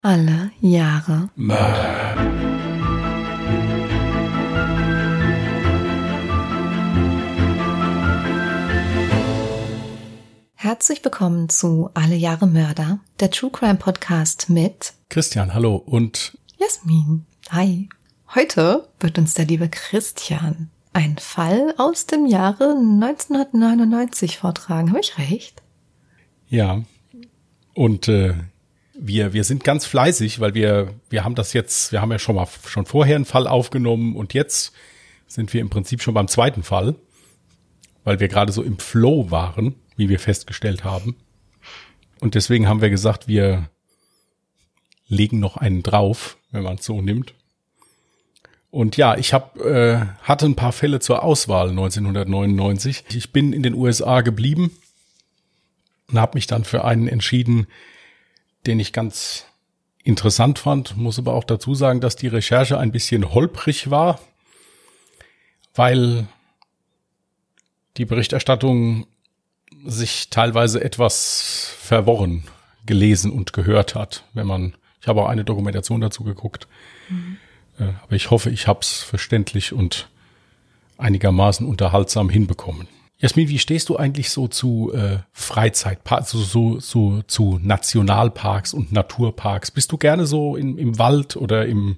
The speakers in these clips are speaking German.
Alle Jahre Mörder. Herzlich willkommen zu Alle Jahre Mörder, der True Crime Podcast mit Christian, hallo, und Jasmin. Hi. Heute wird uns der liebe Christian einen Fall aus dem Jahre 1999 vortragen. Habe ich recht? Ja, und wir sind ganz fleißig, weil wir haben ja schon vorher einen Fall aufgenommen und jetzt sind wir im Prinzip schon beim zweiten Fall, weil wir gerade so im Flow waren, wie wir festgestellt haben. Und deswegen haben wir gesagt, wir legen noch einen drauf, wenn man es so nimmt. Und ja, ich hatte ein paar Fälle zur Auswahl 1999. Ich bin in den USA geblieben und habe mich dann für einen entschieden, den ich ganz interessant fand. Muss aber auch dazu sagen, dass die Recherche ein bisschen holprig war, weil die Berichterstattung sich teilweise etwas verworren gelesen und gehört hat. Ich habe auch eine Dokumentation dazu geguckt. Aber ich hoffe, ich habe es verständlich und einigermaßen unterhaltsam hinbekommen. Jasmin, wie stehst du eigentlich so zu Freizeitparks, so zu Nationalparks und Naturparks? Bist du gerne so im Wald oder im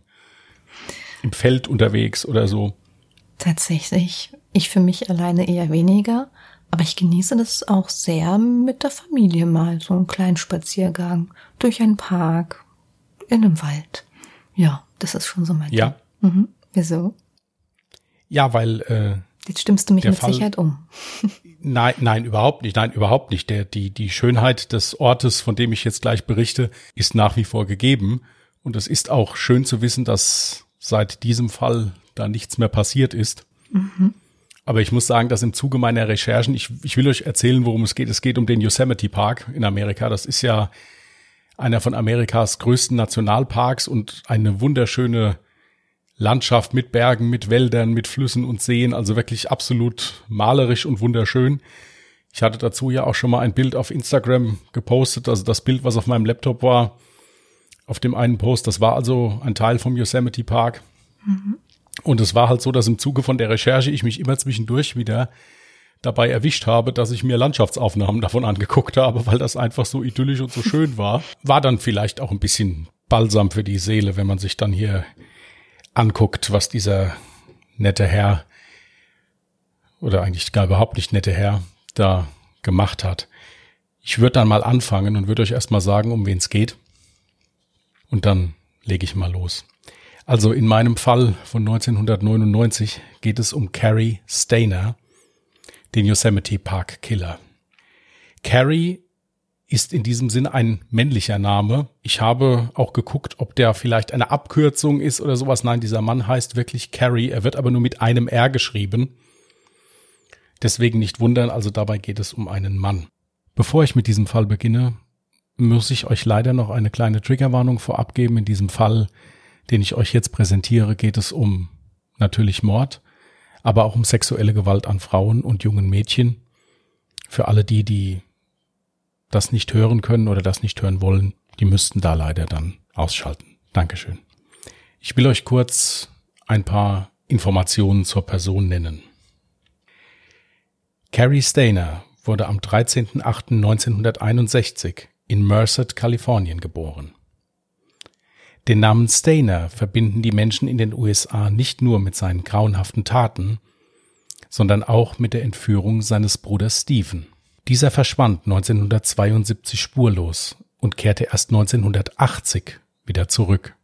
Feld unterwegs oder so? Tatsächlich, ich für mich alleine eher weniger, aber ich genieße das auch sehr mit der Familie mal, so einen kleinen Spaziergang durch einen Park, in einem Wald. Ja, das ist schon so mein Ja. Ding. Wieso? Ja, weil Jetzt stimmst du mich mit Fall, Sicherheit um. Nein, überhaupt nicht. Nein, überhaupt nicht. Die Schönheit des Ortes, von dem ich jetzt gleich berichte, ist nach wie vor gegeben. Und es ist auch schön zu wissen, dass seit diesem Fall da nichts mehr passiert ist. Aber ich muss sagen, dass im Zuge meiner Recherchen, ich will euch erzählen, worum es geht. Es geht um den Yosemite Park in Amerika. Das ist ja einer von Amerikas größten Nationalparks und eine wunderschöne Landschaft mit Bergen, mit Wäldern, mit Flüssen und Seen, also wirklich absolut malerisch und wunderschön. Ich hatte dazu ja auch schon mal ein Bild auf Instagram gepostet, also das Bild, was auf meinem Laptop war, auf dem einen Post, das war also ein Teil vom Yosemite Park. Und es war halt so, dass im Zuge von der Recherche ich mich immer zwischendurch wieder dabei erwischt habe, dass ich mir Landschaftsaufnahmen davon angeguckt habe, weil das einfach so idyllisch und so schön war. War dann vielleicht auch ein bisschen Balsam für die Seele, wenn man sich dann hier anguckt, was dieser nette Herr, oder eigentlich gar überhaupt nicht nette Herr, da gemacht hat. Ich würde dann mal anfangen und würde euch erst mal sagen, um wen es geht. Und dann lege ich mal los. Also in meinem Fall von 1999 geht es um Cary Stayner, den Yosemite Park Killer. Cary ist in diesem Sinn ein männlicher Name. Ich habe auch geguckt, ob der vielleicht eine Abkürzung ist oder sowas. Nein, dieser Mann heißt wirklich Cary. Er wird aber nur mit einem R geschrieben. Deswegen nicht wundern, also dabei geht es um einen Mann. Bevor ich mit diesem Fall beginne, muss ich euch leider noch eine kleine Triggerwarnung vorab geben. In diesem Fall, den ich euch jetzt präsentiere, geht es um natürlich Mord, aber auch um sexuelle Gewalt an Frauen und jungen Mädchen. Für alle die das nicht hören können oder das nicht hören wollen, die müssten da leider dann ausschalten. Dankeschön. Ich will euch kurz ein paar Informationen zur Person nennen. Cary Stayner wurde am 13.08.1961 in Merced, Kalifornien geboren. Den Namen Stayner verbinden die Menschen in den USA nicht nur mit seinen grauenhaften Taten, sondern auch mit der Entführung seines Bruders Stephen. Dieser verschwand 1972 spurlos und kehrte erst 1980 wieder zurück.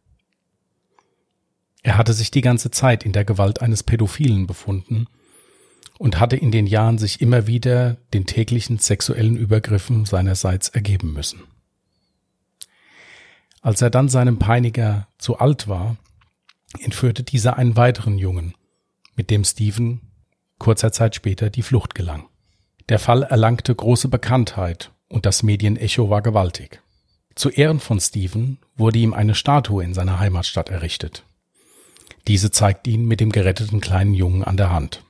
Er hatte sich die ganze Zeit in der Gewalt eines Pädophilen befunden und hatte in den Jahren sich immer wieder den täglichen sexuellen Übergriffen seinerseits ergeben müssen. Als er dann seinem Peiniger zu alt war, entführte dieser einen weiteren Jungen, mit dem Stephen kurzer Zeit später die Flucht gelang. Der Fall erlangte große Bekanntheit und das Medienecho war gewaltig. Zu Ehren von Stephen wurde ihm eine Statue in seiner Heimatstadt errichtet. Diese zeigt ihn mit dem geretteten kleinen Jungen an der Hand.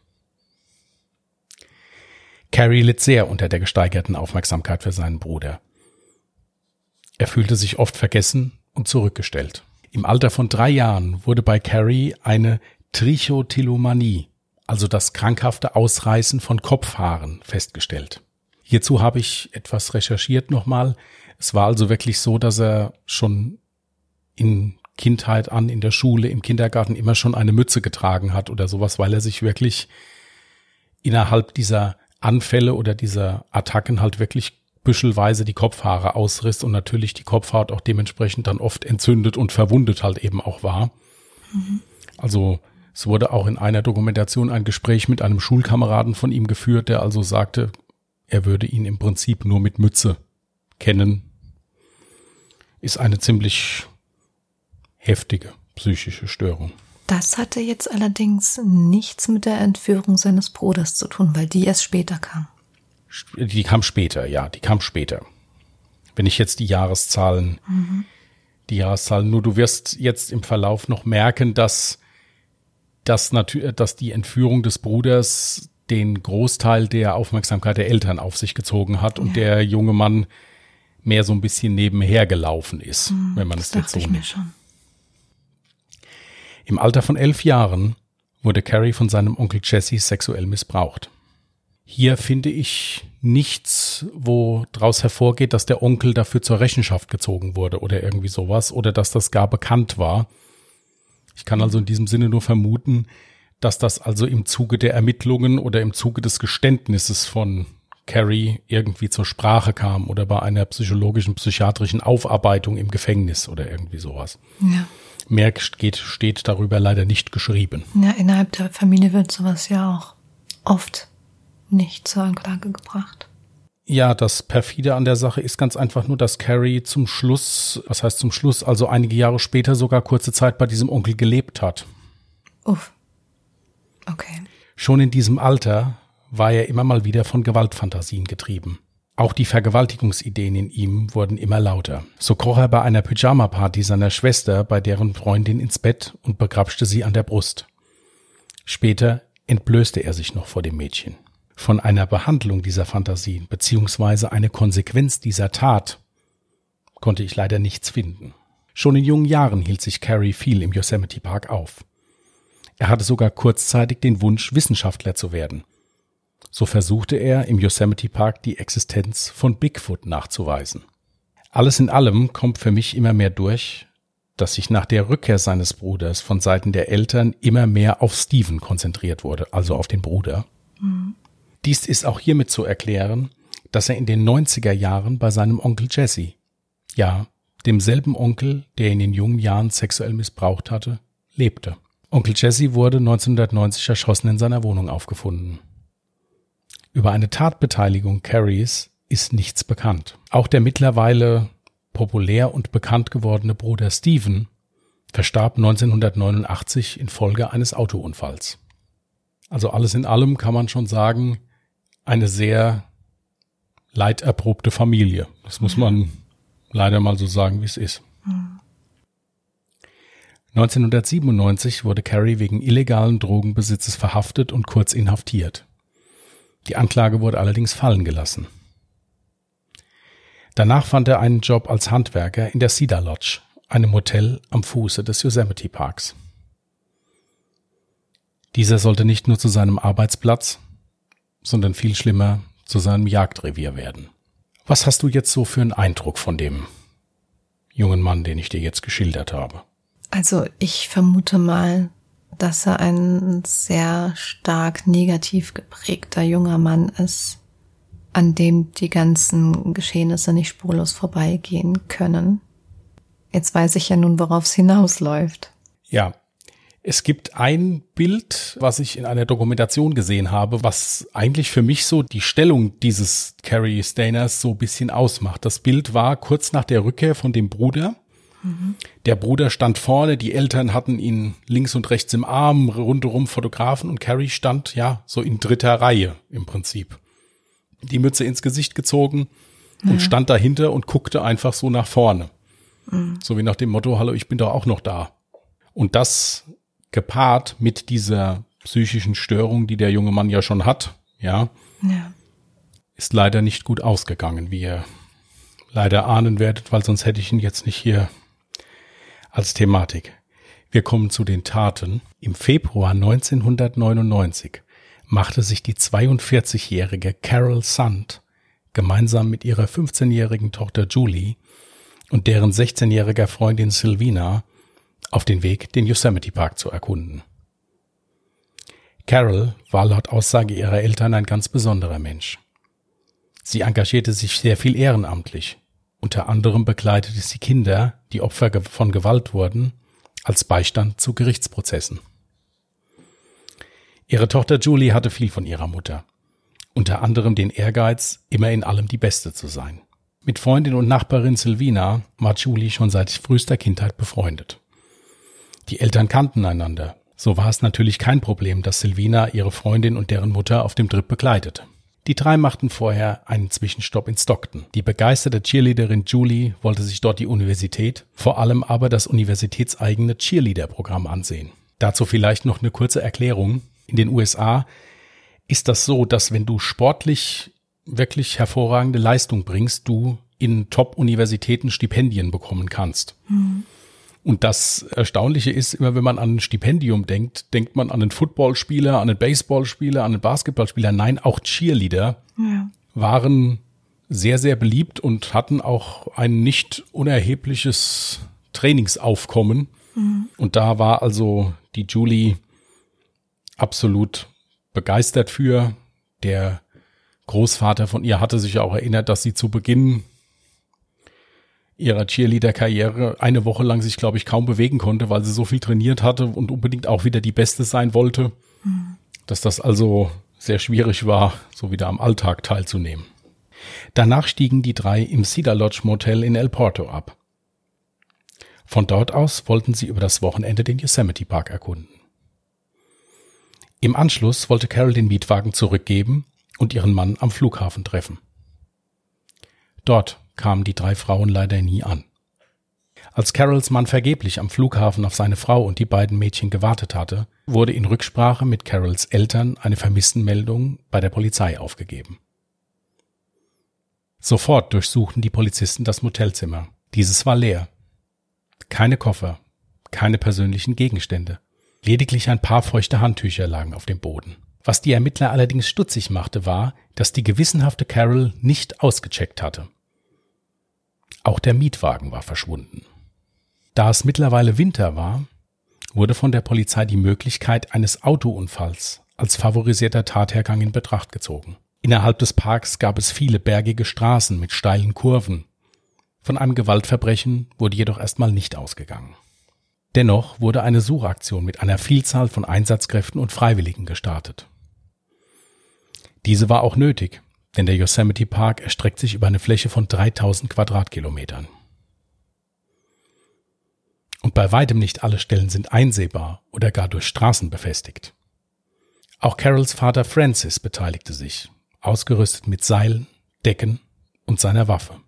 Cary litt sehr unter der gesteigerten Aufmerksamkeit für seinen Bruder. Er fühlte sich oft vergessen, und zurückgestellt. Im Alter von 3 Jahren wurde bei Carrie eine Trichotillomanie, also das krankhafte Ausreißen von Kopfhaaren, festgestellt. Hierzu habe ich etwas recherchiert nochmal. Es war also wirklich so, dass er schon in Kindheit an, in der Schule, im Kindergarten immer schon eine Mütze getragen hat oder sowas, weil er sich wirklich innerhalb dieser Anfälle oder dieser Attacken halt wirklich büschelweise die Kopfhaare ausriss und natürlich die Kopfhaut auch dementsprechend dann oft entzündet und verwundet halt eben auch war. Mhm. Also es wurde auch in einer Dokumentation ein Gespräch mit einem Schulkameraden von ihm geführt, der also sagte, er würde ihn im Prinzip nur mit Mütze kennen. Ist eine ziemlich heftige psychische Störung. Das hatte jetzt allerdings nichts mit der Entführung seines Bruders zu tun, weil die erst später kam. Die kam später, ja, die kam später. Wenn ich jetzt die Jahreszahlen, nur du wirst jetzt im Verlauf noch merken, dass die Entführung des Bruders den Großteil der Aufmerksamkeit der Eltern auf sich gezogen hat und der junge Mann mehr so ein bisschen nebenher gelaufen ist, wenn man es jetzt so nimmt. Schon. Im Alter von 11 Jahren wurde Carrie von seinem Onkel Jesse sexuell missbraucht. Hier finde ich nichts, wo daraus hervorgeht, dass der Onkel dafür zur Rechenschaft gezogen wurde oder irgendwie sowas oder dass das gar bekannt war. Ich kann also in diesem Sinne nur vermuten, dass das also im Zuge der Ermittlungen oder im Zuge des Geständnisses von Carrie irgendwie zur Sprache kam oder bei einer psychiatrischen Aufarbeitung im Gefängnis oder irgendwie sowas. Ja. Mehr steht darüber leider nicht geschrieben. Ja, innerhalb der Familie wird sowas ja auch oft nicht zur Anklage gebracht. Ja, das perfide an der Sache ist ganz einfach nur, dass Carrie zum Schluss, also einige Jahre später sogar kurze Zeit bei diesem Onkel gelebt hat. Uff. Okay. Schon in diesem Alter war er immer mal wieder von Gewaltfantasien getrieben. Auch die Vergewaltigungsideen in ihm wurden immer lauter. So kroch er bei einer Pyjama-Party seiner Schwester bei deren Freundin ins Bett und begrapschte sie an der Brust. Später entblößte er sich noch vor dem Mädchen. Von einer Behandlung dieser Fantasien beziehungsweise eine Konsequenz dieser Tat konnte ich leider nichts finden. Schon in jungen Jahren hielt sich Carrie viel im Yosemite Park auf. Er hatte sogar kurzzeitig den Wunsch, Wissenschaftler zu werden. So versuchte er im Yosemite Park die Existenz von Bigfoot nachzuweisen. Alles in allem kommt für mich immer mehr durch, dass sich nach der Rückkehr seines Bruders von Seiten der Eltern immer mehr auf Steven konzentriert wurde, also auf den Bruder. Mhm. Dies ist auch hiermit zu erklären, dass er in den 90er Jahren bei seinem Onkel Jesse, ja, demselben Onkel, der ihn in jungen Jahren sexuell missbraucht hatte, lebte. Onkel Jesse wurde 1990 erschossen in seiner Wohnung aufgefunden. Über eine Tatbeteiligung Carries ist nichts bekannt. Auch der mittlerweile populär und bekannt gewordene Bruder Steven verstarb 1989 infolge eines Autounfalls. Also alles in allem kann man schon sagen, eine sehr leiderprobte Familie. Das muss man leider mal so sagen, wie es ist. 1997 wurde Carrie wegen illegalen Drogenbesitzes verhaftet und kurz inhaftiert. Die Anklage wurde allerdings fallen gelassen. Danach fand er einen Job als Handwerker in der Cedar Lodge, einem Motel am Fuße des Yosemite Parks. Dieser sollte nicht nur zu seinem Arbeitsplatz, sondern viel schlimmer zu seinem Jagdrevier werden. Was hast du jetzt so für einen Eindruck von dem jungen Mann, den ich dir jetzt geschildert habe? Also ich vermute mal, dass er ein sehr stark negativ geprägter junger Mann ist, an dem die ganzen Geschehnisse nicht spurlos vorbeigehen können. Jetzt weiß ich ja nun, worauf es hinausläuft. Ja, es gibt ein Bild, was ich in einer Dokumentation gesehen habe, was eigentlich für mich so die Stellung dieses Carrie Stainers so ein bisschen ausmacht. Das Bild war kurz nach der Rückkehr von dem Bruder. Der Bruder stand vorne, die Eltern hatten ihn links und rechts im Arm, rundherum Fotografen und Carrie stand ja so in dritter Reihe im Prinzip. Die Mütze ins Gesicht gezogen und stand dahinter und guckte einfach so nach vorne. So wie nach dem Motto, hallo, ich bin doch auch noch da. Und das gepaart mit dieser psychischen Störung, die der junge Mann ja schon hat, ja. Ist leider nicht gut ausgegangen, wie ihr leider ahnen werdet, weil sonst hätte ich ihn jetzt nicht hier als Thematik. Wir kommen zu den Taten. Im Februar 1999 machte sich die 42-jährige Carol Sund gemeinsam mit ihrer 15-jährigen Tochter Julie und deren 16-jähriger Freundin Sylvina auf den Weg, den Yosemite Park zu erkunden. Carol war laut Aussage ihrer Eltern ein ganz besonderer Mensch. Sie engagierte sich sehr viel ehrenamtlich. Unter anderem begleitete sie Kinder, die Opfer von Gewalt wurden, als Beistand zu Gerichtsprozessen. Ihre Tochter Julie hatte viel von ihrer Mutter. Unter anderem den Ehrgeiz, immer in allem die Beste zu sein. Mit Freundin und Nachbarin Sylvina war Julie schon seit frühester Kindheit befreundet. Die Eltern kannten einander. So war es natürlich kein Problem, dass Sylvina ihre Freundin und deren Mutter auf dem Trip begleitete. Die drei machten vorher einen Zwischenstopp in Stockton. Die begeisterte Cheerleaderin Julie wollte sich dort die Universität, vor allem aber das universitätseigene Cheerleader-Programm ansehen. Dazu vielleicht noch eine kurze Erklärung. In den USA ist das so, dass wenn du sportlich wirklich hervorragende Leistung bringst, du in Top-Universitäten Stipendien bekommen kannst. Mhm. Und das Erstaunliche ist, immer wenn man an ein Stipendium denkt, denkt man an einen Footballspieler, an einen Baseballspieler, an einen Basketballspieler. Nein, auch Cheerleader waren sehr, sehr beliebt und hatten auch ein nicht unerhebliches Trainingsaufkommen. Mhm. Und da war also die Julie absolut begeistert für. Der Großvater von ihr hatte sich ja auch erinnert, dass sie zu Beginn ihrer Cheerleader-Karriere eine Woche lang sich, glaube ich, kaum bewegen konnte, weil sie so viel trainiert hatte und unbedingt auch wieder die Beste sein wollte, dass das also sehr schwierig war, so wieder am Alltag teilzunehmen. Danach stiegen die drei im Cedar Lodge Motel in El Porto ab. Von dort aus wollten sie über das Wochenende den Yosemite Park erkunden. Im Anschluss wollte Carol den Mietwagen zurückgeben und ihren Mann am Flughafen treffen. Dort kamen die drei Frauen leider nie an. Als Carols Mann vergeblich am Flughafen auf seine Frau und die beiden Mädchen gewartet hatte, wurde in Rücksprache mit Carols Eltern eine Vermisstenmeldung bei der Polizei aufgegeben. Sofort durchsuchten die Polizisten das Motelzimmer. Dieses war leer. Keine Koffer, keine persönlichen Gegenstände. Lediglich ein paar feuchte Handtücher lagen auf dem Boden. Was die Ermittler allerdings stutzig machte, war, dass die gewissenhafte Carol nicht ausgecheckt hatte. Auch der Mietwagen war verschwunden. Da es mittlerweile Winter war, wurde von der Polizei die Möglichkeit eines Autounfalls als favorisierter Tathergang in Betracht gezogen. Innerhalb des Parks gab es viele bergige Straßen mit steilen Kurven. Von einem Gewaltverbrechen wurde jedoch erstmal nicht ausgegangen. Dennoch wurde eine Suchaktion mit einer Vielzahl von Einsatzkräften und Freiwilligen gestartet. Diese war auch nötig, denn der Yosemite Park erstreckt sich über eine Fläche von 3000 Quadratkilometern. Und bei weitem nicht alle Stellen sind einsehbar oder gar durch Straßen befestigt. Auch Carols Vater Francis beteiligte sich, ausgerüstet mit Seilen, Decken und seiner Waffe.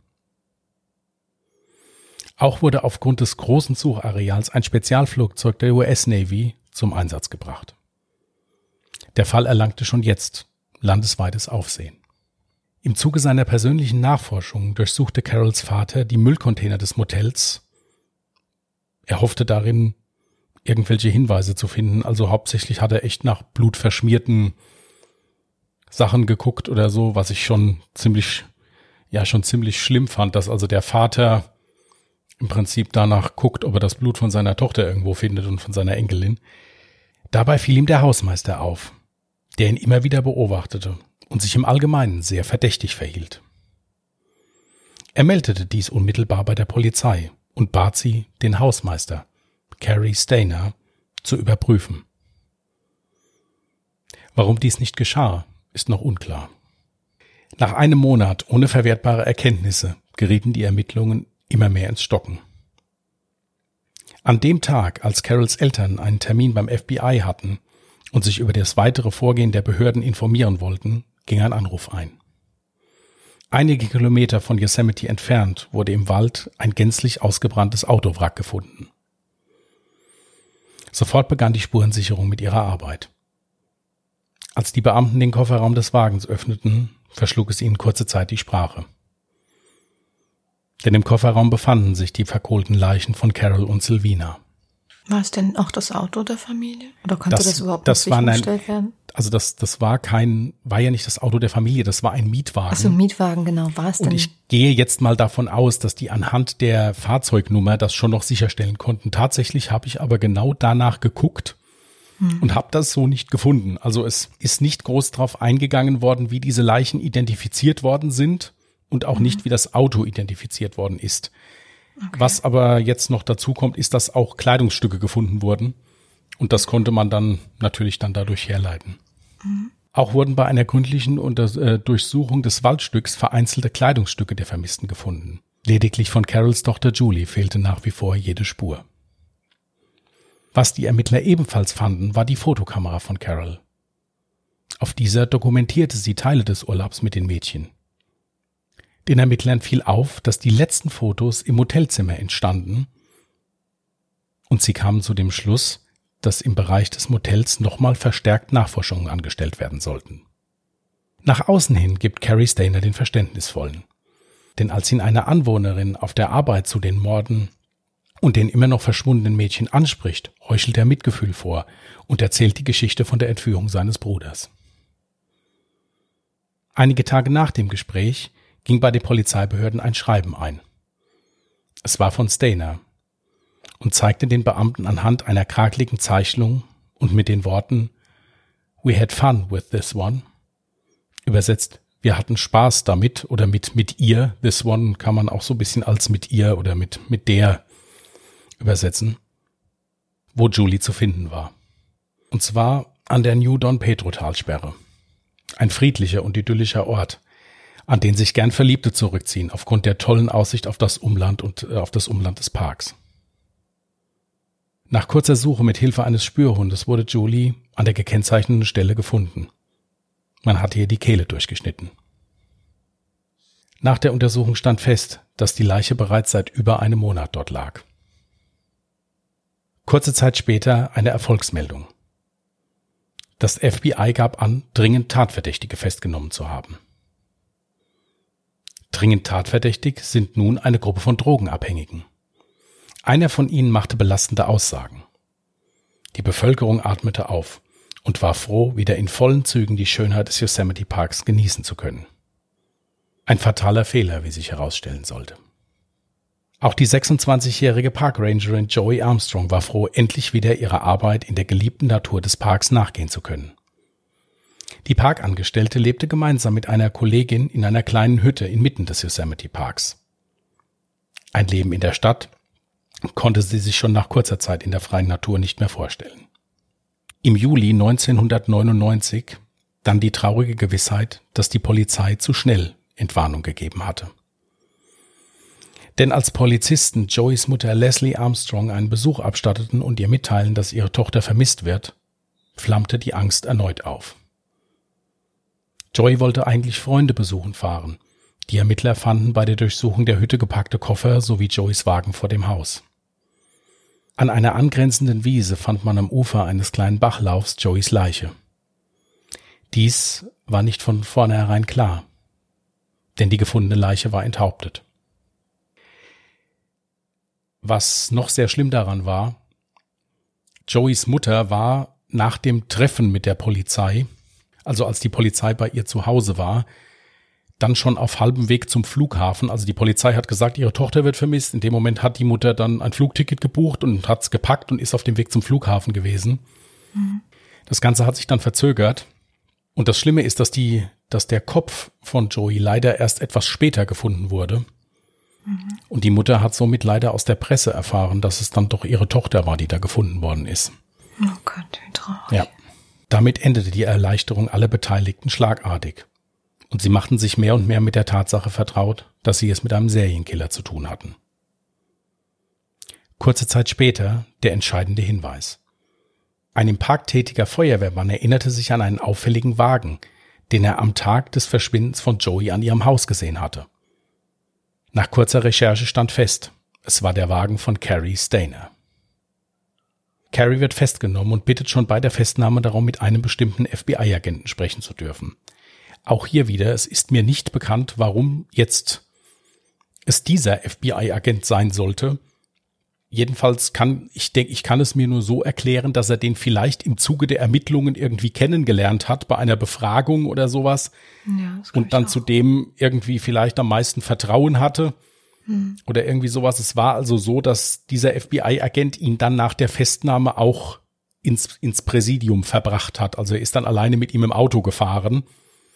Auch wurde aufgrund des großen Suchareals ein Spezialflugzeug der US Navy zum Einsatz gebracht. Der Fall erlangte schon jetzt landesweites Aufsehen. Im Zuge seiner persönlichen Nachforschungen durchsuchte Carols Vater die Müllcontainer des Motels. Er hoffte darin, irgendwelche Hinweise zu finden, also hauptsächlich hat er echt nach blutverschmierten Sachen geguckt oder so, was ich schon ziemlich schlimm fand, dass also der Vater im Prinzip danach guckt, ob er das Blut von seiner Tochter irgendwo findet und von seiner Enkelin. Dabei fiel ihm der Hausmeister auf, der ihn immer wieder beobachtete und sich im Allgemeinen sehr verdächtig verhielt. Er meldete dies unmittelbar bei der Polizei und bat sie, den Hausmeister, Cary Stayner, zu überprüfen. Warum dies nicht geschah, ist noch unklar. Nach einem Monat ohne verwertbare Erkenntnisse gerieten die Ermittlungen immer mehr ins Stocken. An dem Tag, als Carols Eltern einen Termin beim FBI hatten und sich über das weitere Vorgehen der Behörden informieren wollten, ging ein Anruf ein. Einige Kilometer von Yosemite entfernt wurde im Wald ein gänzlich ausgebranntes Autowrack gefunden. Sofort begann die Spurensicherung mit ihrer Arbeit. Als die Beamten den Kofferraum des Wagens öffneten, verschlug es ihnen kurze Zeit die Sprache. Denn im Kofferraum befanden sich die verkohlten Leichen von Carol und Sylvina. War es denn auch das Auto der Familie? Oder konnte das überhaupt nicht sichergestellt werden? Also das war ja nicht das Auto der Familie, das war ein Mietwagen. Ach so, Mietwagen, genau. War es denn? Und ich gehe jetzt mal davon aus, dass die anhand der Fahrzeugnummer das schon noch sicherstellen konnten. Tatsächlich habe ich aber genau danach geguckt und habe das so nicht gefunden. Also es ist nicht groß drauf eingegangen worden, wie diese Leichen identifiziert worden sind und auch nicht, wie das Auto identifiziert worden ist. Okay. Was aber jetzt noch dazu kommt, ist, dass auch Kleidungsstücke gefunden wurden. Und das konnte man dann natürlich dadurch herleiten. Auch wurden bei einer gründlichen Durchsuchung des Waldstücks vereinzelte Kleidungsstücke der Vermissten gefunden. Lediglich von Carols Tochter Julie fehlte nach wie vor jede Spur. Was die Ermittler ebenfalls fanden, war die Fotokamera von Carol. Auf dieser dokumentierte sie Teile des Urlaubs mit den Mädchen. Den Ermittlern fiel auf, dass die letzten Fotos im Hotelzimmer entstanden und sie kamen zu dem Schluss, dass im Bereich des Motels nochmal verstärkt Nachforschungen angestellt werden sollten. Nach außen hin gibt Cary Stayner den Verständnisvollen. Denn als ihn eine Anwohnerin auf der Arbeit zu den Morden und den immer noch verschwundenen Mädchen anspricht, heuchelt er Mitgefühl vor und erzählt die Geschichte von der Entführung seines Bruders. Einige Tage nach dem Gespräch ging bei den Polizeibehörden ein Schreiben ein. Es war von Stayner und zeigte den Beamten anhand einer krakeligen Zeichnung und mit den Worten "We had fun with this one", übersetzt, wir hatten Spaß damit oder mit ihr, this one kann man auch so ein bisschen als mit ihr oder mit der übersetzen, wo Julie zu finden war. Und zwar an der New Don Pedro Talsperre. Ein friedlicher und idyllischer Ort, an den sich gern Verliebte zurückziehen, aufgrund der tollen Aussicht auf das Umland und auf das Umland des Parks. Nach kurzer Suche mit Hilfe eines Spürhundes wurde Julie an der gekennzeichneten Stelle gefunden. Man hatte ihr die Kehle durchgeschnitten. Nach der Untersuchung stand fest, dass die Leiche bereits seit über einem Monat dort lag. Kurze Zeit später eine Erfolgsmeldung. Das FBI gab an, dringend Tatverdächtige festgenommen zu haben. Dringend tatverdächtig sind nun eine Gruppe von Drogenabhängigen. Einer von ihnen machte belastende Aussagen. Die Bevölkerung atmete auf und war froh, wieder in vollen Zügen die Schönheit des Yosemite Parks genießen zu können. Ein fataler Fehler, wie sich herausstellen sollte. Auch die 26-jährige Parkrangerin Joey Armstrong war froh, endlich wieder ihrer Arbeit in der geliebten Natur des Parks nachgehen zu können. Die Parkangestellte lebte gemeinsam mit einer Kollegin in einer kleinen Hütte inmitten des Yosemite Parks. Ein Leben in der Stadt konnte sie sich schon nach kurzer Zeit in der freien Natur nicht mehr vorstellen. Im Juli 1999 dann die traurige Gewissheit, dass die Polizei zu schnell Entwarnung gegeben hatte. Denn als Polizisten Joeys Mutter Leslie Armstrong einen Besuch abstatteten und ihr mitteilen, dass ihre Tochter vermisst wird, flammte die Angst erneut auf. Joey wollte eigentlich Freunde besuchen fahren. Die Ermittler fanden bei der Durchsuchung der Hütte gepackte Koffer sowie Joeys Wagen vor dem Haus. An einer angrenzenden Wiese fand man am Ufer eines kleinen Bachlaufs Joeys Leiche. Dies war nicht von vornherein klar, denn die gefundene Leiche war enthauptet. Was noch sehr schlimm daran war, Joeys Mutter war nach dem Treffen mit der Polizei, also als die Polizei bei ihr zu Hause war, dann schon auf halbem Weg zum Flughafen. Also die Polizei hat gesagt, ihre Tochter wird vermisst. In dem Moment hat die Mutter dann ein Flugticket gebucht und hat es gepackt und ist auf dem Weg zum Flughafen gewesen. Das Ganze hat sich dann verzögert. Und das Schlimme ist, dass der Kopf von Joey leider erst etwas später gefunden wurde. Und die Mutter hat somit leider aus der Presse erfahren, dass es dann doch ihre Tochter war, die da gefunden worden ist. Oh Gott, wie traurig. Ja. Damit endete die Erleichterung aller Beteiligten schlagartig. Und sie machten sich mehr und mehr mit der Tatsache vertraut, dass sie es mit einem Serienkiller zu tun hatten. Kurze Zeit später der entscheidende Hinweis. Ein im Park tätiger Feuerwehrmann erinnerte sich an einen auffälligen Wagen, den er am Tag des Verschwindens von Joey an ihrem Haus gesehen hatte. Nach kurzer Recherche stand fest, es war der Wagen von Cary Stayner. Cary wird festgenommen und bittet schon bei der Festnahme darum, mit einem bestimmten FBI-Agenten sprechen zu dürfen. Auch hier wieder, es ist mir nicht bekannt, warum jetzt es dieser FBI-Agent sein sollte. Jedenfalls kann es mir nur so erklären, dass er den vielleicht im Zuge der Ermittlungen irgendwie kennengelernt hat, bei einer Befragung oder sowas. Ja, und dann zu dem irgendwie vielleicht am meisten Vertrauen hatte. Oder irgendwie sowas. Es war also so, dass dieser FBI-Agent ihn dann nach der Festnahme auch ins Präsidium verbracht hat. Also er ist dann alleine mit ihm im Auto gefahren.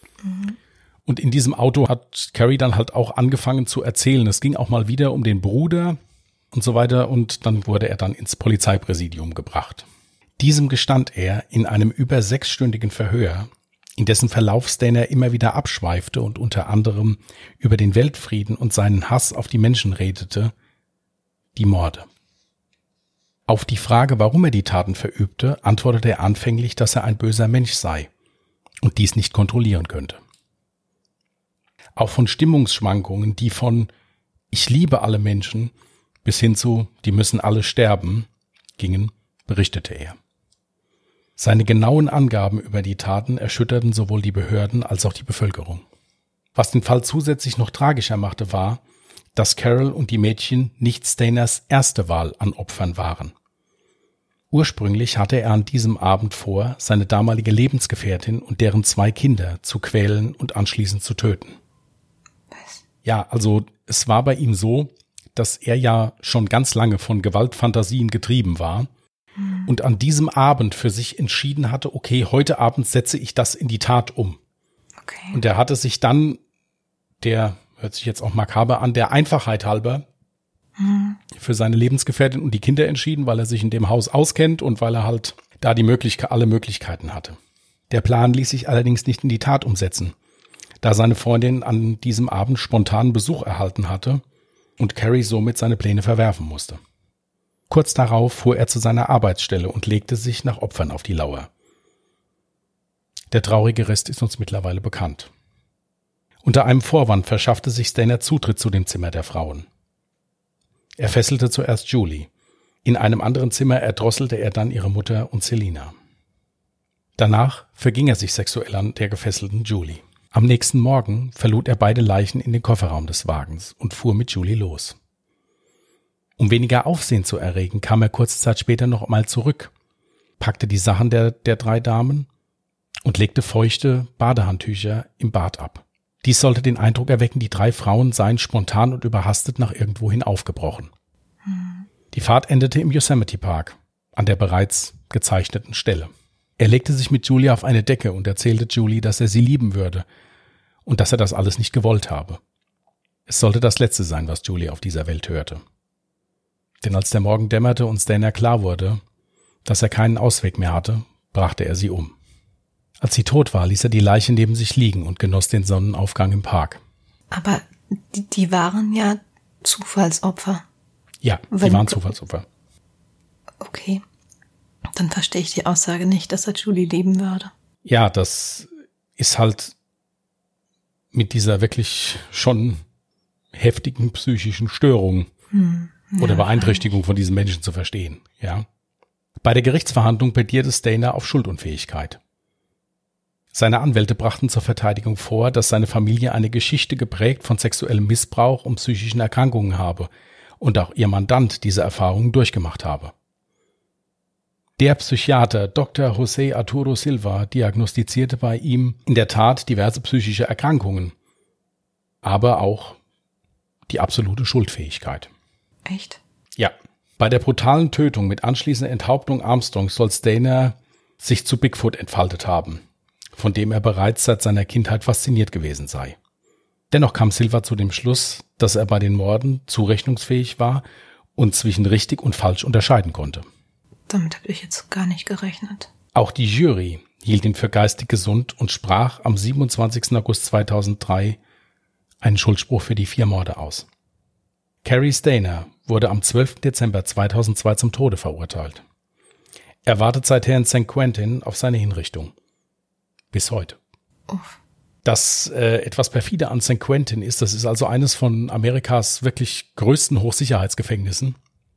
Und in diesem Auto hat Carrie dann halt auch angefangen zu erzählen. Es ging auch mal wieder um den Bruder und so weiter. Und dann wurde er dann ins Polizeipräsidium gebracht. Diesem gestand er in einem über 6-stündigen Verhör, in dessen Verlauf Stainer immer wieder abschweifte und unter anderem über den Weltfrieden und seinen Hass auf die Menschen redete, die Morde. Auf die Frage, warum er die Taten verübte, antwortete er anfänglich, dass er ein böser Mensch sei und dies nicht kontrollieren könnte. Auch von Stimmungsschwankungen, die von „Ich liebe alle Menschen" bis hin zu „Die müssen alle sterben" gingen, berichtete er. Seine genauen Angaben über die Taten erschütterten sowohl die Behörden als auch die Bevölkerung. Was den Fall zusätzlich noch tragischer machte, war, dass Carol und die Mädchen nicht Stainers erste Wahl an Opfern waren. Ursprünglich hatte er an diesem Abend vor, seine damalige Lebensgefährtin und deren 2 Kinder zu quälen und anschließend zu töten. Was? Ja, also es war bei ihm so, dass er ja schon ganz lange von Gewaltfantasien getrieben war und an diesem Abend für sich entschieden hatte, okay, heute Abend setze ich das in die Tat um. Okay. Und er hatte sich dann, der hört sich jetzt auch makaber an, der Einfachheit halber für seine Lebensgefährtin und die Kinder entschieden, weil er sich in dem Haus auskennt und weil er halt da alle Möglichkeiten hatte. Der Plan ließ sich allerdings nicht in die Tat umsetzen, da seine Freundin an diesem Abend spontanen Besuch erhalten hatte und Carrie somit seine Pläne verwerfen musste. Kurz darauf fuhr er zu seiner Arbeitsstelle und legte sich nach Opfern auf die Lauer. Der traurige Rest ist uns mittlerweile bekannt. Unter einem Vorwand verschaffte sich Stainer Zutritt zu dem Zimmer der Frauen. Er fesselte zuerst Julie. In einem anderen Zimmer erdrosselte er dann ihre Mutter und Selina. Danach verging er sich sexuell an der gefesselten Julie. Am nächsten Morgen verlud er beide Leichen in den Kofferraum des Wagens und fuhr mit Julie los. Um weniger Aufsehen zu erregen, kam er kurze Zeit später noch einmal zurück, packte die Sachen der 3 Damen und legte feuchte Badehandtücher im Bad ab. Dies sollte den Eindruck erwecken, die 3 Frauen seien spontan und überhastet nach irgendwohin aufgebrochen. Die Fahrt endete im Yosemite Park, an der bereits gezeichneten Stelle. Er legte sich mit Julie auf eine Decke und erzählte Julie, dass er sie lieben würde und dass er das alles nicht gewollt habe. Es sollte das Letzte sein, was Julie auf dieser Welt hörte. Denn als der Morgen dämmerte und Stainer klar wurde, dass er keinen Ausweg mehr hatte, brachte er sie um. Als sie tot war, ließ er die Leiche neben sich liegen und genoss den Sonnenaufgang im Park. Aber die waren ja Zufallsopfer. Ja, die waren Zufallsopfer. Okay. Dann verstehe ich die Aussage nicht, dass er Julie lieben würde. Ja, das ist halt mit dieser wirklich schon heftigen psychischen Störung oder Beeinträchtigung von diesen Menschen zu verstehen. Ja. Bei der Gerichtsverhandlung plädierte Stainer auf Schuldunfähigkeit. Seine Anwälte brachten zur Verteidigung vor, dass seine Familie eine Geschichte geprägt von sexuellem Missbrauch und psychischen Erkrankungen habe und auch ihr Mandant diese Erfahrungen durchgemacht habe. Der Psychiater Dr. José Arturo Silva diagnostizierte bei ihm in der Tat diverse psychische Erkrankungen, aber auch die absolute Schuldfähigkeit. Echt? Ja. Bei der brutalen Tötung mit anschließender Enthauptung Armstrongs soll Stainer sich zu Bigfoot entfaltet haben, von dem er bereits seit seiner Kindheit fasziniert gewesen sei. Dennoch kam Silva zu dem Schluss, dass er bei den Morden zurechnungsfähig war und zwischen richtig und falsch unterscheiden konnte. Damit habe ich jetzt gar nicht gerechnet. Auch die Jury hielt ihn für geistig gesund und sprach am 27. August 2003 einen Schuldspruch für die 4 Morde aus. Cary Stainer wurde am 12. Dezember 2002 zum Tode verurteilt. Er wartet seither in San Quentin auf seine Hinrichtung. Bis heute. Uff. Das etwas perfide an San Quentin ist, das ist also eines von Amerikas wirklich größten Hochsicherheitsgefängnissen.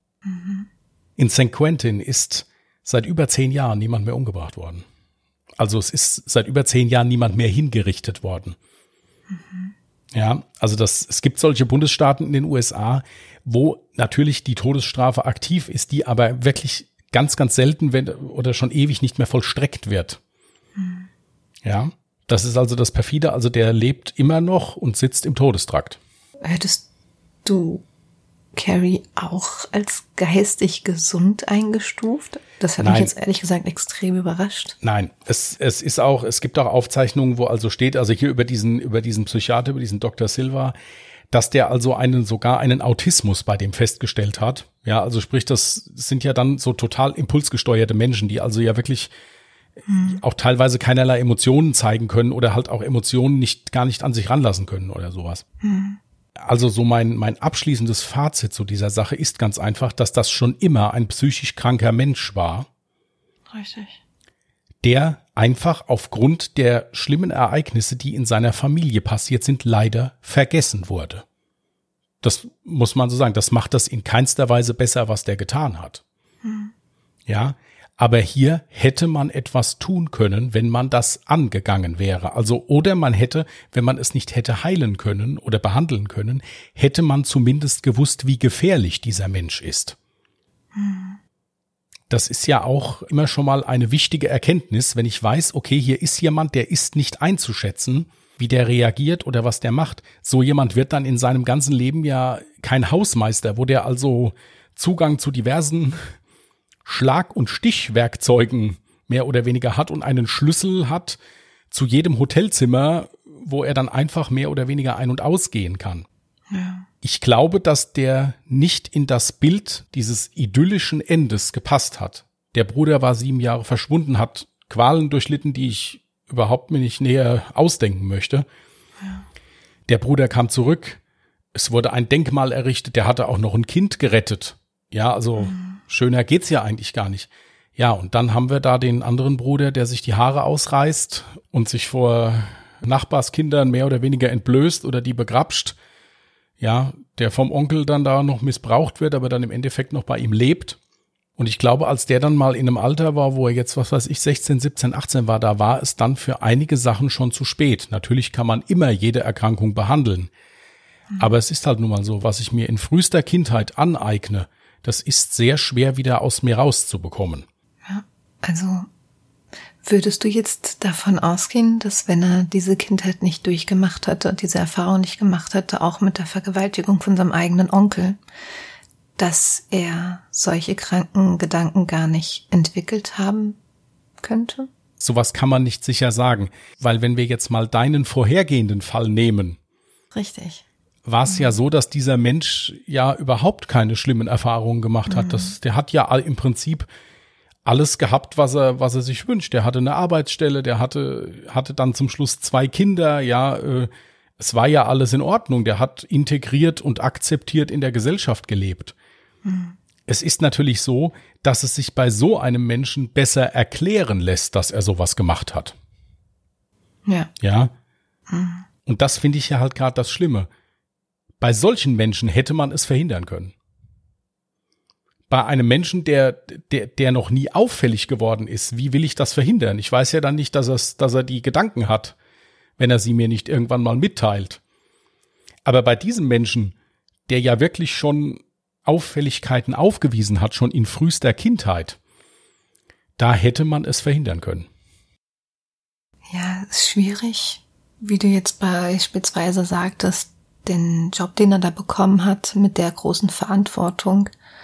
In San Quentin ist seit über 10 Jahren niemand mehr umgebracht worden. Also es ist seit über 10 Jahren niemand mehr hingerichtet worden. Ja, also es gibt solche Bundesstaaten in den USA, wo natürlich die Todesstrafe aktiv ist, die aber wirklich ganz, ganz selten oder schon ewig nicht mehr vollstreckt wird. Ja, das ist also das Perfide, also der lebt immer noch und sitzt im Todestrakt. Hättest du Carrie auch als geistig gesund eingestuft? Das hat mich jetzt ehrlich gesagt extrem überrascht. Nein, es gibt auch Aufzeichnungen, wo also steht, also hier über diesen Psychiater, über diesen Dr. Silva, dass der also sogar einen Autismus bei dem festgestellt hat. Ja, also sprich, das sind ja dann so total impulsgesteuerte Menschen, die also ja wirklich auch teilweise keinerlei Emotionen zeigen können oder halt auch Emotionen gar nicht an sich ranlassen können oder sowas. Also so mein abschließendes Fazit zu dieser Sache ist ganz einfach, dass das schon immer ein psychisch kranker Mensch war. Richtig. Der einfach aufgrund der schlimmen Ereignisse, die in seiner Familie passiert sind, leider vergessen wurde. Das muss man so sagen. Das macht das in keinster Weise besser, was der getan hat. Ja, aber hier hätte man etwas tun können, wenn man das angegangen wäre. Also, oder man hätte, wenn man es nicht hätte heilen können oder behandeln können, hätte man zumindest gewusst, wie gefährlich dieser Mensch ist. Das ist ja auch immer schon mal eine wichtige Erkenntnis, wenn ich weiß, okay, hier ist jemand, der ist nicht einzuschätzen, wie der reagiert oder was der macht. So jemand wird dann in seinem ganzen Leben ja kein Hausmeister, wo der also Zugang zu diversen Schlag- und Stichwerkzeugen mehr oder weniger hat und einen Schlüssel hat zu jedem Hotelzimmer, wo er dann einfach mehr oder weniger ein- und ausgehen kann. Ja. Ich glaube, dass der nicht in das Bild dieses idyllischen Endes gepasst hat. Der Bruder war 7 Jahre verschwunden, hat Qualen durchlitten, die ich überhaupt mir nicht näher ausdenken möchte. Ja. Der Bruder kam zurück, es wurde ein Denkmal errichtet, der hatte auch noch ein Kind gerettet. Ja, also schöner geht's ja eigentlich gar nicht. Ja, und dann haben wir da den anderen Bruder, der sich die Haare ausreißt und sich vor Nachbarskindern mehr oder weniger entblößt oder die begrapscht. Ja, der vom Onkel dann da noch missbraucht wird, aber dann im Endeffekt noch bei ihm lebt. Und ich glaube, als der dann mal in einem Alter war, wo er jetzt, 16, 17, 18 war, da war es dann für einige Sachen schon zu spät. Natürlich kann man immer jede Erkrankung behandeln. Aber es ist halt nun mal so, was ich mir in frühester Kindheit aneigne, das ist sehr schwer wieder aus mir rauszubekommen. Ja, also würdest du jetzt davon ausgehen, dass wenn er diese Kindheit nicht durchgemacht hatte und diese Erfahrung nicht gemacht hatte, auch mit der Vergewaltigung von seinem eigenen Onkel, dass er solche kranken Gedanken gar nicht entwickelt haben könnte? Sowas kann man nicht sicher sagen, weil wenn wir jetzt mal deinen vorhergehenden Fall nehmen. Richtig. War es ja so, dass dieser Mensch ja überhaupt keine schlimmen Erfahrungen gemacht hat. Der hat ja im Prinzip alles gehabt, was er sich wünscht. Der hatte eine Arbeitsstelle, der hatte dann zum Schluss 2 Kinder. Ja, es war ja alles in Ordnung. Der hat integriert und akzeptiert in der Gesellschaft gelebt. Es ist natürlich so, dass es sich bei so einem Menschen besser erklären lässt, dass er sowas gemacht hat. Ja. Ja. Und das finde ich ja halt gerade das Schlimme. Bei solchen Menschen hätte man es verhindern können. Bei einem Menschen, der noch nie auffällig geworden ist, wie will ich das verhindern? Ich weiß ja dann nicht, dass er die Gedanken hat, wenn er sie mir nicht irgendwann mal mitteilt. Aber bei diesem Menschen, der ja wirklich schon Auffälligkeiten aufgewiesen hat, schon in frühester Kindheit, da hätte man es verhindern können. Ja, ist schwierig, wie du jetzt beispielsweise sagtest, den Job, den er da bekommen hat, mit der großen Verantwortung.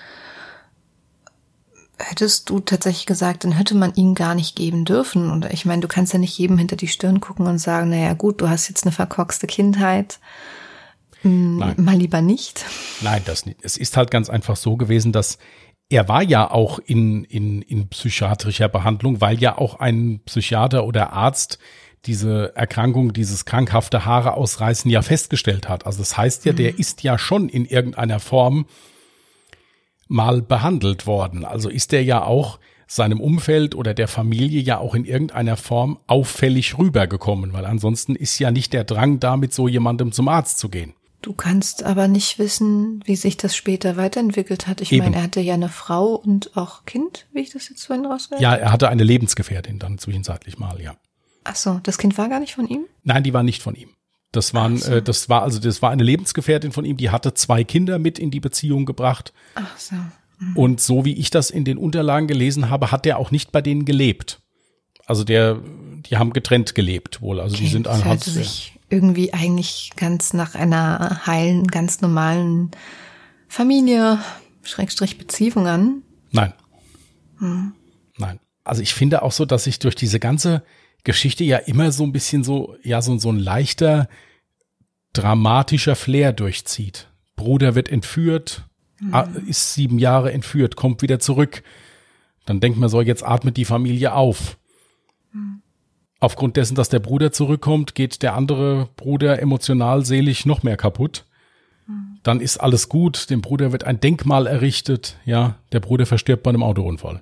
Hättest du tatsächlich gesagt, dann hätte man ihn gar nicht geben dürfen. Und ich meine, du kannst ja nicht jedem hinter die Stirn gucken und sagen, naja gut, du hast jetzt eine verkorkste Kindheit. Nein. Mal lieber nicht. Nein, das nicht. Es ist halt ganz einfach so gewesen, dass er war ja auch in psychiatrischer Behandlung, weil ja auch ein Psychiater oder Arzt diese Erkrankung, dieses krankhafte Haare ausreißen ja festgestellt hat. Also das heißt ja, der ist ja schon in irgendeiner Form mal behandelt worden. Also ist der ja auch seinem Umfeld oder der Familie ja auch in irgendeiner Form auffällig rübergekommen, weil ansonsten ist ja nicht der Drang da, mit so jemandem zum Arzt zu gehen. Du kannst aber nicht wissen, wie sich das später weiterentwickelt hat. Ich meine, er hatte ja eine Frau und auch Kind, wie ich das jetzt vorhin rausgehört habe. Ja, er hatte eine Lebensgefährtin dann zwischenzeitlich mal, ja. Ach so, das Kind war gar nicht von ihm? Nein, die war nicht von ihm. Das war eine Lebensgefährtin von ihm, die hatte 2 Kinder mit in die Beziehung gebracht. Ach so. Und so wie ich das in den Unterlagen gelesen habe, hat der auch nicht bei denen gelebt. Also die haben getrennt gelebt wohl. Also die sind das hörte sich irgendwie eigentlich ganz nach einer heilen, ganz normalen Familie, Schrägstrich Beziehung an. Nein. Nein. Also ich finde auch so, dass sich durch diese ganze Geschichte ja immer so ein bisschen so ein leichter, dramatischer Flair durchzieht. Bruder wird entführt, ist 7 Jahre entführt, kommt wieder zurück. Dann denkt man so, jetzt atmet die Familie auf. Aufgrund dessen, dass der Bruder zurückkommt, geht der andere Bruder emotional, seelisch noch mehr kaputt. Dann ist alles gut, dem Bruder wird ein Denkmal errichtet, ja, der Bruder verstirbt bei einem Autounfall.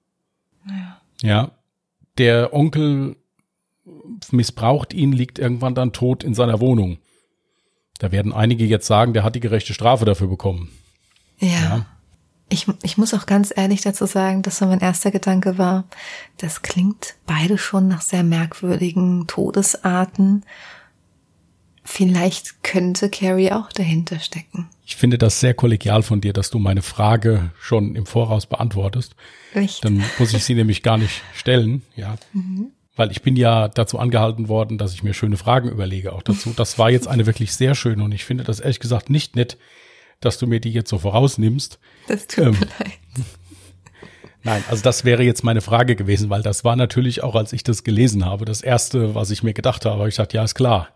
Ja, der Onkel missbraucht ihn, liegt irgendwann dann tot in seiner Wohnung. Da werden einige jetzt sagen, der hat die gerechte Strafe dafür bekommen. Ja. Ich muss auch ganz ehrlich dazu sagen, dass so mein erster Gedanke war, das klingt beide schon nach sehr merkwürdigen Todesarten. Vielleicht könnte Carrie auch dahinter stecken. Ich finde das sehr kollegial von dir, dass du meine Frage schon im Voraus beantwortest. Echt? Dann muss ich sie nämlich gar nicht stellen, ja. Weil ich bin ja dazu angehalten worden, dass ich mir schöne Fragen überlege auch dazu. Das war jetzt eine wirklich sehr schöne und ich finde das ehrlich gesagt nicht nett, dass du mir die jetzt so vorausnimmst. Das tut mir leid. Nein, also das wäre jetzt meine Frage gewesen, weil das war natürlich auch, als ich das gelesen habe, das Erste, was ich mir gedacht habe. Ich dachte, ja, ist klar.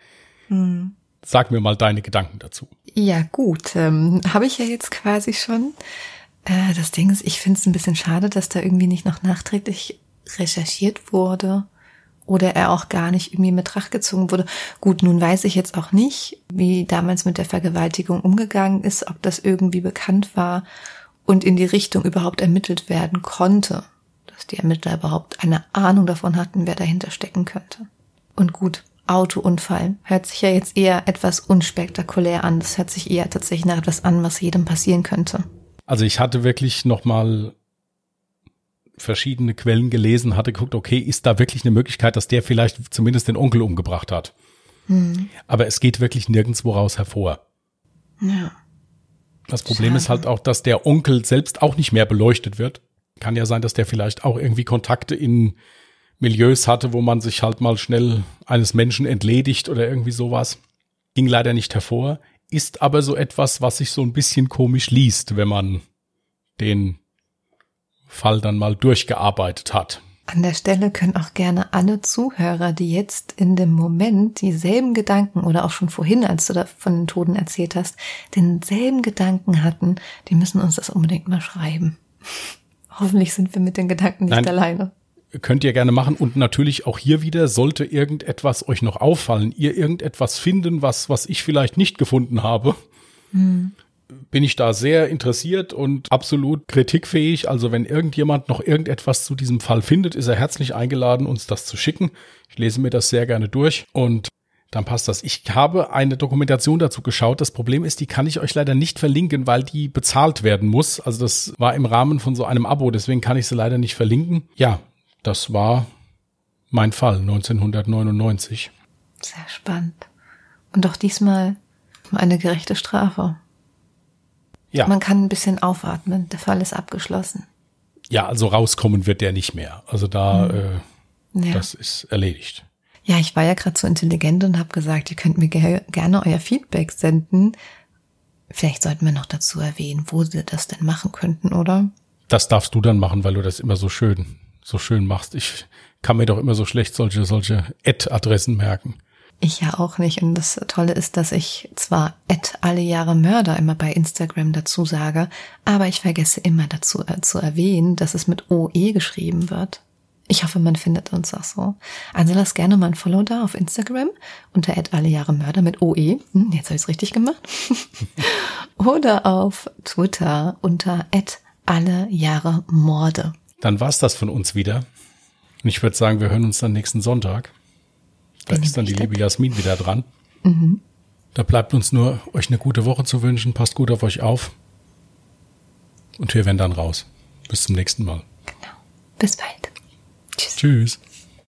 Sag mir mal deine Gedanken dazu. Ja, gut. Habe ich ja jetzt quasi schon. Das Ding ist, ich finde es ein bisschen schade, dass da irgendwie nicht noch nachträglich recherchiert wurde oder er auch gar nicht irgendwie in Betracht gezogen wurde. Gut, nun weiß ich jetzt auch nicht, wie damals mit der Vergewaltigung umgegangen ist, ob das irgendwie bekannt war und in die Richtung überhaupt ermittelt werden konnte, dass die Ermittler überhaupt eine Ahnung davon hatten, wer dahinter stecken könnte. Und gut, Autounfall hört sich ja jetzt eher etwas unspektakulär an. Das hört sich eher tatsächlich nach etwas an, was jedem passieren könnte. Also ich hatte wirklich nochmal verschiedene Quellen gelesen, hatte geguckt, okay, ist da wirklich eine Möglichkeit, dass der vielleicht zumindest den Onkel umgebracht hat. Aber es geht wirklich nirgendwo raus hervor. Ja. Das Problem ist halt auch, dass der Onkel selbst auch nicht mehr beleuchtet wird. Kann ja sein, dass der vielleicht auch irgendwie Kontakte in Milieus hatte, wo man sich halt mal schnell eines Menschen entledigt oder irgendwie sowas. Ging leider nicht hervor, ist aber so etwas, was sich so ein bisschen komisch liest, wenn man den Fall dann mal durchgearbeitet hat. An der Stelle können auch gerne alle Zuhörer, die jetzt in dem Moment dieselben Gedanken oder auch schon vorhin, als du da von den Toten erzählt hast, denselben Gedanken hatten, die müssen uns das unbedingt mal schreiben. Hoffentlich sind wir mit den Gedanken nicht alleine. Könnt ihr gerne machen und natürlich auch hier wieder, sollte irgendetwas euch noch auffallen, ihr irgendetwas finden, was ich vielleicht nicht gefunden habe, bin ich da sehr interessiert und absolut kritikfähig. Also wenn irgendjemand noch irgendetwas zu diesem Fall findet, ist er herzlich eingeladen, uns das zu schicken. Ich lese mir das sehr gerne durch und dann passt das. Ich habe eine Dokumentation dazu geschaut. Das Problem ist, die kann ich euch leider nicht verlinken, weil die bezahlt werden muss. Also das war im Rahmen von so einem Abo, deswegen kann ich sie leider nicht verlinken. Ja, das war mein Fall 1999. Sehr spannend. Und auch diesmal eine gerechte Strafe. Ja. Man kann ein bisschen aufatmen. Der Fall ist abgeschlossen. Ja, also rauskommen wird der nicht mehr. Also da, das ist erledigt. Ja, ich war ja gerade so intelligent und habe gesagt, ihr könnt mir gerne euer Feedback senden. Vielleicht sollten wir noch dazu erwähnen, wo sie das denn machen könnten, oder? Das darfst du dann machen, weil du das immer so schön machst. Ich kann mir doch immer so schlecht solche Ad-Adressen merken. Ich ja auch nicht. Und das Tolle ist, dass ich zwar @allejahremörder immer bei Instagram dazu sage, aber ich vergesse immer dazu zu erwähnen, dass es mit OE geschrieben wird. Ich hoffe, man findet uns auch so. Also lasst gerne mal ein Follow da auf Instagram unter @allejahremörder mit OE. Jetzt habe ich es richtig gemacht. Oder auf Twitter unter @allejahremorde. Dann war's das von uns wieder. Und ich würde sagen, wir hören uns dann nächsten Sonntag. Da ist dann die liebe Jasmin wieder dran. Da bleibt uns nur, euch eine gute Woche zu wünschen. Passt gut auf euch auf. Und wir werden dann raus. Bis zum nächsten Mal. Genau. Bis bald. Tschüss. Tschüss.